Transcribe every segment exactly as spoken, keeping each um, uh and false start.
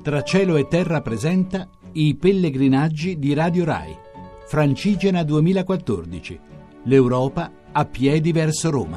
Tra cielo e terra presenta I pellegrinaggi di Radio Rai. Francigena duemilaquattordici. L'Europa a piedi verso Roma.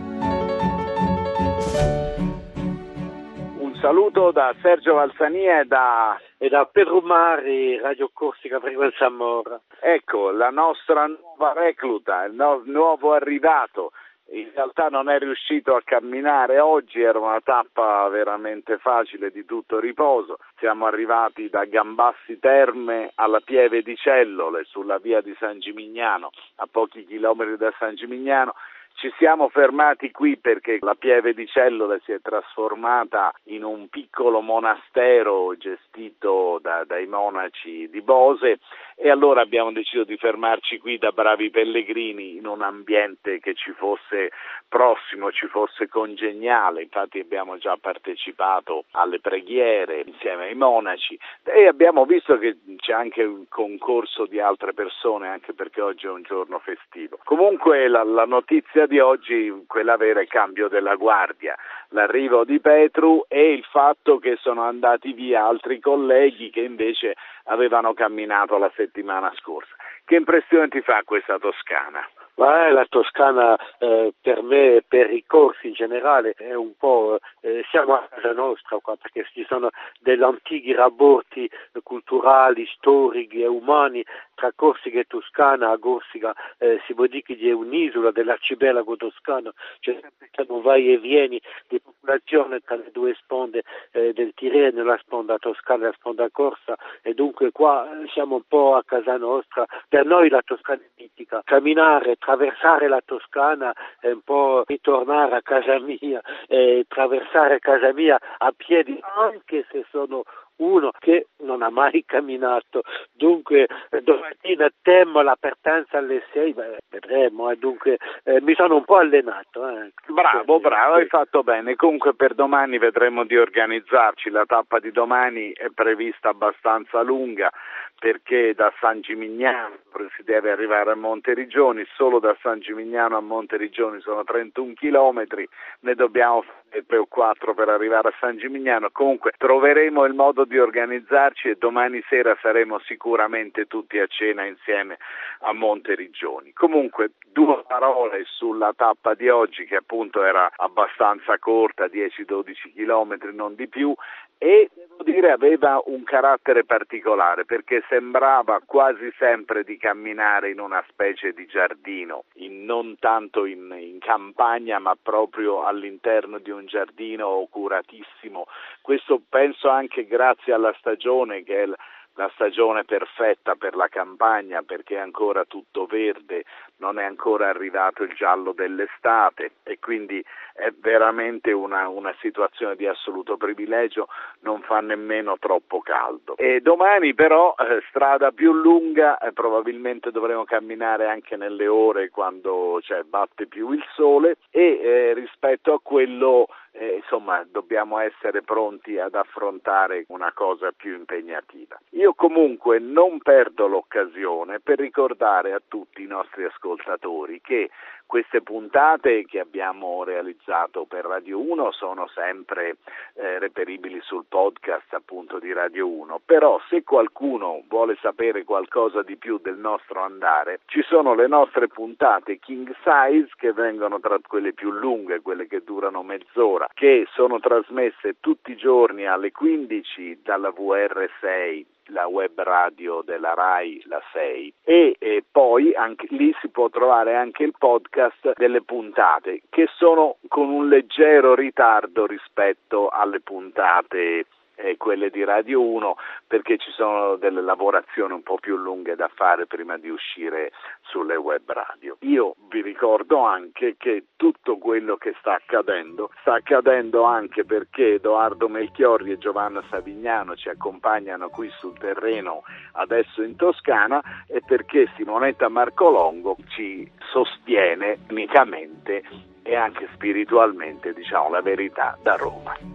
Un saluto da Sergio Valsania e da, e da Pedro Mari, Radio Corsica Frequenza Mora. Ecco, la nostra nuova recluta, il no- nuovo arrivato. In realtà non è riuscito a camminare oggi, era una tappa veramente facile, di tutto riposo. Siamo arrivati da Gambassi Terme alla Pieve di Cellole, sulla via di San Gimignano, a pochi chilometri da San Gimignano. Ci siamo fermati qui perché la Pieve di Cellole si è trasformata in un piccolo monastero gestito da, dai monaci di Bose, e allora abbiamo deciso di fermarci qui da bravi pellegrini in un ambiente che ci fosse prossimo, ci fosse congeniale. Infatti abbiamo già partecipato alle preghiere insieme ai monaci e abbiamo visto che c'è anche un concorso di altre persone, anche perché oggi è un giorno festivo. Comunque la, la notizia di oggi, quella vera, è cambio della guardia, l'arrivo di Petru e il fatto che sono andati via altri colleghi che invece avevano camminato la settimana scorsa. Che impressione ti fa questa Toscana? Ma la Toscana eh, per me e per i corsi in generale è un po', eh, siamo a casa nostra qua, perché ci sono degli antichi rapporti culturali, storici e umani tra Corsica e Toscana. A Corsica eh, si può dire che è un'isola dell'arcipelago toscano, c'è sempre un vai e vieni di popolazione tra le due sponde eh, del Tirreno, la sponda toscana e la sponda corsa, e dunque qua siamo un po' a casa nostra. Per noi la Toscana è mitica, camminare, attraversare la Toscana è un po' ritornare a casa mia, e attraversare casa mia a piedi, anche se sono uno che non ha mai camminato. Dunque domattina temo la partenza alle sei, beh, vedremo, e dunque eh, mi sono un po' allenato. Eh. Bravo, bravo, hai fatto bene. Comunque per domani vedremo di organizzarci. La tappa di domani è prevista abbastanza lunga, perché da San Gimignano si deve arrivare a Monteriggioni. Solo da San Gimignano a Monteriggioni sono trentuno chilometri, ne dobbiamo fare tre o quattro per arrivare a San Gimignano. Comunque troveremo il modo di organizzarci e domani sera saremo sicuramente tutti a cena insieme a Monteriggioni. Comunque due parole sulla tappa di oggi, che appunto era abbastanza corta, dieci dodici chilometri, non di più, e devo dire aveva un carattere particolare, perché sembrava quasi sempre di camminare in una specie di giardino, in, non tanto in, in campagna, ma proprio all'interno di un giardino curatissimo. Questo penso anche grazie alla stagione, che è la stagione perfetta per la campagna, perché è ancora tutto verde, non è ancora arrivato il giallo dell'estate, e quindi è veramente una, una situazione di assoluto privilegio, non fa nemmeno troppo caldo. E domani però eh, strada più lunga, eh, probabilmente dovremo camminare anche nelle ore quando cioè, batte più il sole, e eh, rispetto a quello eh, insomma dobbiamo essere pronti ad affrontare una cosa più impegnativa. Io comunque non perdo l'occasione per ricordare a tutti i nostri ascoltatori che queste puntate che abbiamo realizzato per Radio uno sono sempre eh, reperibili sul podcast appunto di Radio uno, però se qualcuno vuole sapere qualcosa di più del nostro andare, ci sono le nostre puntate King Size, che vengono tra quelle più lunghe, quelle che durano mezz'ora, che sono trasmesse tutti i giorni alle quindici dalla V R sei, la web radio della Rai, la sei, e, e poi anche lì si può trovare anche il podcast delle puntate, che sono con un leggero ritardo rispetto alle puntate eh, quelle di Radio uno, perché ci sono delle lavorazioni un po' più lunghe da fare prima di uscire sulle web radio. Io vi ricordo anche che tutto quello che sta accadendo sta accadendo anche perché Edoardo Melchiorri e Giovanna Savignano ci accompagnano qui sul terreno adesso in Toscana, e perché Simonetta Marcolongo ci sostiene unicamente e anche spiritualmente, diciamo la verità, da Roma.